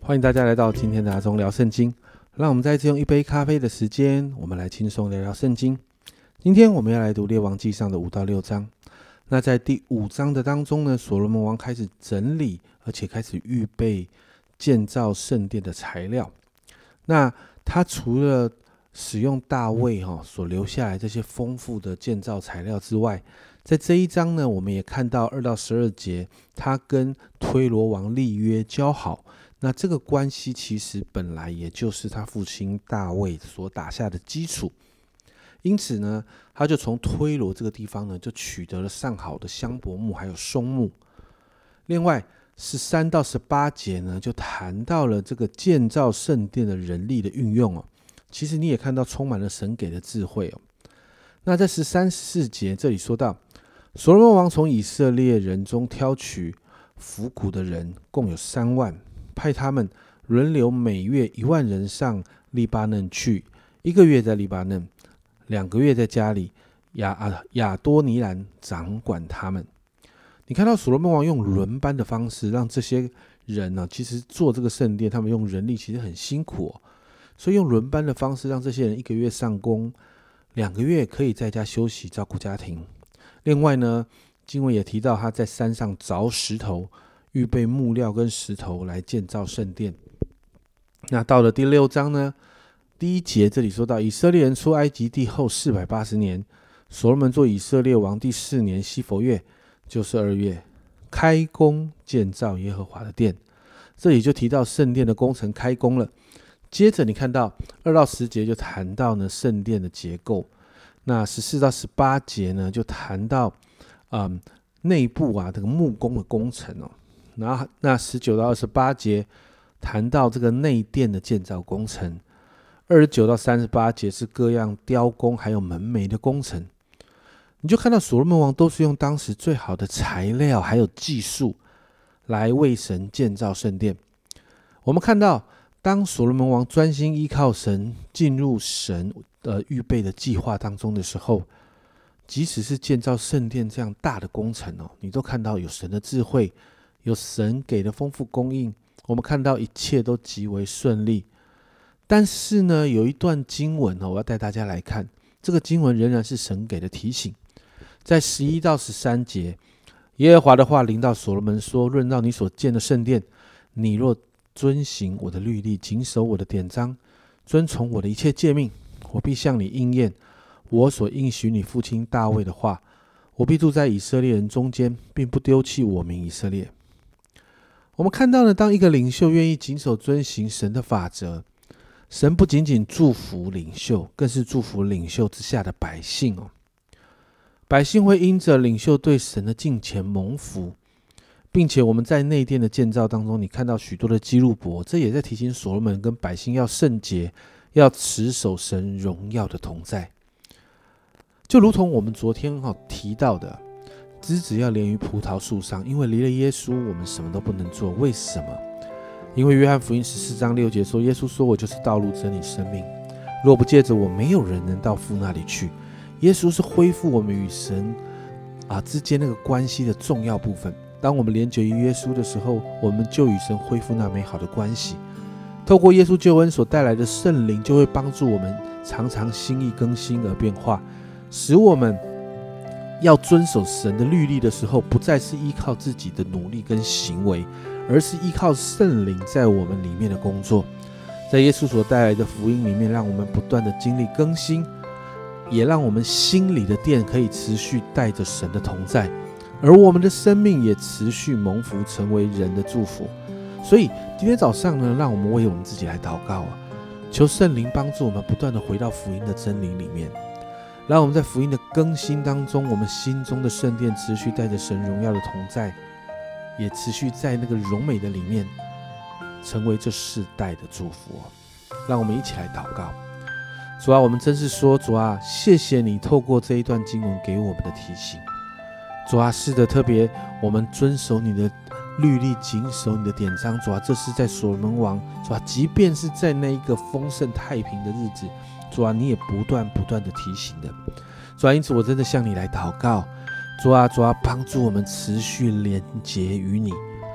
欢迎大家来到今天的阿忠聊圣经。让我们再次用一杯咖啡的时间，我们来轻松聊聊圣经。今天我们要来读列王纪上的5到6章。那在第5章的当中呢，所罗门王开始整理，而且开始预备建造圣殿的材料。那他除了使用大卫所留下来这些丰富的建造材料之外，在这一章呢，我们也看到2到12节，他跟推罗王立约交好。那这个关系其实本来也就是他父亲大卫所打下的基础，因此呢，他就从推罗这个地方呢，就取得了上好的香柏木还有松木。另外13到18节呢，就谈到了这个建造圣殿的人力的运用其实你也看到充满了神给的智慧那在13、14节这里说到，所罗门王从以色列人中挑取服苦的人，共有3万。派他们轮流每月1万人上利巴嫩去，1个月在利巴嫩，2个月在家里，亚多尼兰掌管他们。你看到所罗门王用轮班的方式，让这些人其实做这个圣殿，他们用人力其实很辛苦所以用轮班的方式，让这些人1个月上工，2个月可以在家休息照顾家庭。另外呢，经文也提到他在山上凿石头，预备木料跟石头来建造圣殿。那到了第6章呢，第1节这里说到，以色列人出埃及地后480年，所罗门做以色列王第4年西弗月，就是2月，开工建造耶和华的殿。这里就提到圣殿的工程开工了。接着你看到2到10节就谈到呢圣殿的结构。那14到18节呢就谈到内部这个木工的工程那19到28节谈到这个内殿的建造工程。29到38节是各样雕工还有门楣的工程。你就看到所罗门王都是用当时最好的材料还有技术来为神建造圣殿。我们看到当所罗门王专心依靠神，进入神预备的计划当中的时候，即使是建造圣殿这样大的工程你都看到有神的智慧，有神给的丰富供应，我们看到一切都极为顺利。但是呢，有一段经文我要带大家来看，这个经文仍然是神给的提醒。在11到13节，耶和华的话临到所罗门说，论到你所建的圣殿，你若遵行我的律例，谨守我的典章，遵从我的一切诫命，我必向你应验我所应许你父亲大卫的话，我必住在以色列人中间，并不丢弃我名以色列。我们看到呢，当一个领袖愿意谨守遵行神的法则，神不仅仅祝福领袖，更是祝福领袖之下的百姓百姓会因着领袖对神的敬虔蒙福，并且我们在内殿的建造当中，你看到许多的基路伯，这也在提醒所罗门跟百姓要圣洁，要持守神荣耀的同在。就如同我们昨天提到的，枝子要连于葡萄树上，因为离了耶稣我们什么都不能做。为什么？因为约翰福音14章6节说，耶稣说，我就是道路真理生命，若不借着我，没有人能到父那里去。耶稣是恢复我们与神之间那个关系的重要部分。当我们连结于耶稣的时候，我们就与神恢复那美好的关系。透过耶稣救恩所带来的圣灵，就会帮助我们常常心意更新而变化，使我们要遵守神的律例的时候，不再是依靠自己的努力跟行为，而是依靠圣灵在我们里面的工作。在耶稣所带来的福音里面，让我们不断的经历更新，也让我们心里的殿可以持续带着神的同在，而我们的生命也持续蒙福，成为人的祝福。所以今天早上呢，让我们为我们自己来祷告求圣灵帮助我们不断的回到福音的真理里面，让我们在福音的更新当中，我们心中的圣殿持续带着神荣耀的同在，也持续在那个荣美的里面成为这世代的祝福让我们一起来祷告。主啊，我们真是说，主啊，谢谢你透过这一段经文给我们的提醒。主啊，是的，特别我们遵守你的律例，谨守你的典章。主啊，这是在所罗门王，主啊，即便是在那一个丰盛太平的日子，主啊，你也不断的提醒的。主啊，因此我真的向你来祷告，主啊，帮助我们持续连结于你。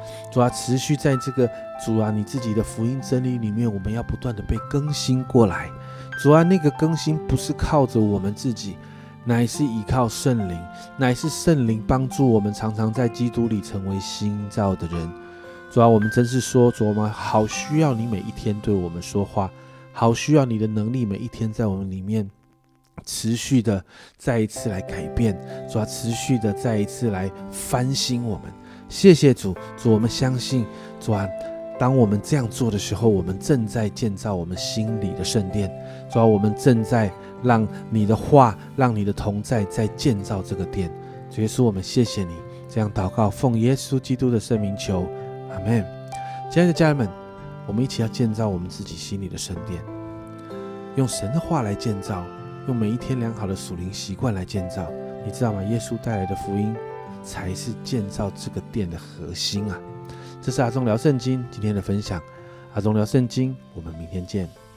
主啊，持续在这个主啊你自己的福音真理里面，我们要不断的被更新过来。主啊，那个更新不是靠着我们自己，乃是依靠圣灵，乃是圣灵帮助我们常常在基督里成为新造的人。主啊，我们真是说，主啊，我们好需要你每一天对我们说话，好需要你的能力每一天在我们里面持续的再一次来改变。主啊，持续的再一次来翻新我们。谢谢主，主，我们相信，主啊，当我们这样做的时候，我们正在建造我们心里的圣殿。主啊，我们正在让你的话，让你的同在在建造这个殿。主耶稣，我们谢谢你。这样祷告，奉耶稣基督的圣名求，阿们。亲爱的家人们，我们一起要建造我们自己心里的圣殿，用神的话来建造，用每一天良好的属灵习惯来建造。你知道吗？耶稣带来的福音才是建造这个殿的核心啊！这是阿忠聊圣经今天的分享。阿忠聊圣经，我们明天见。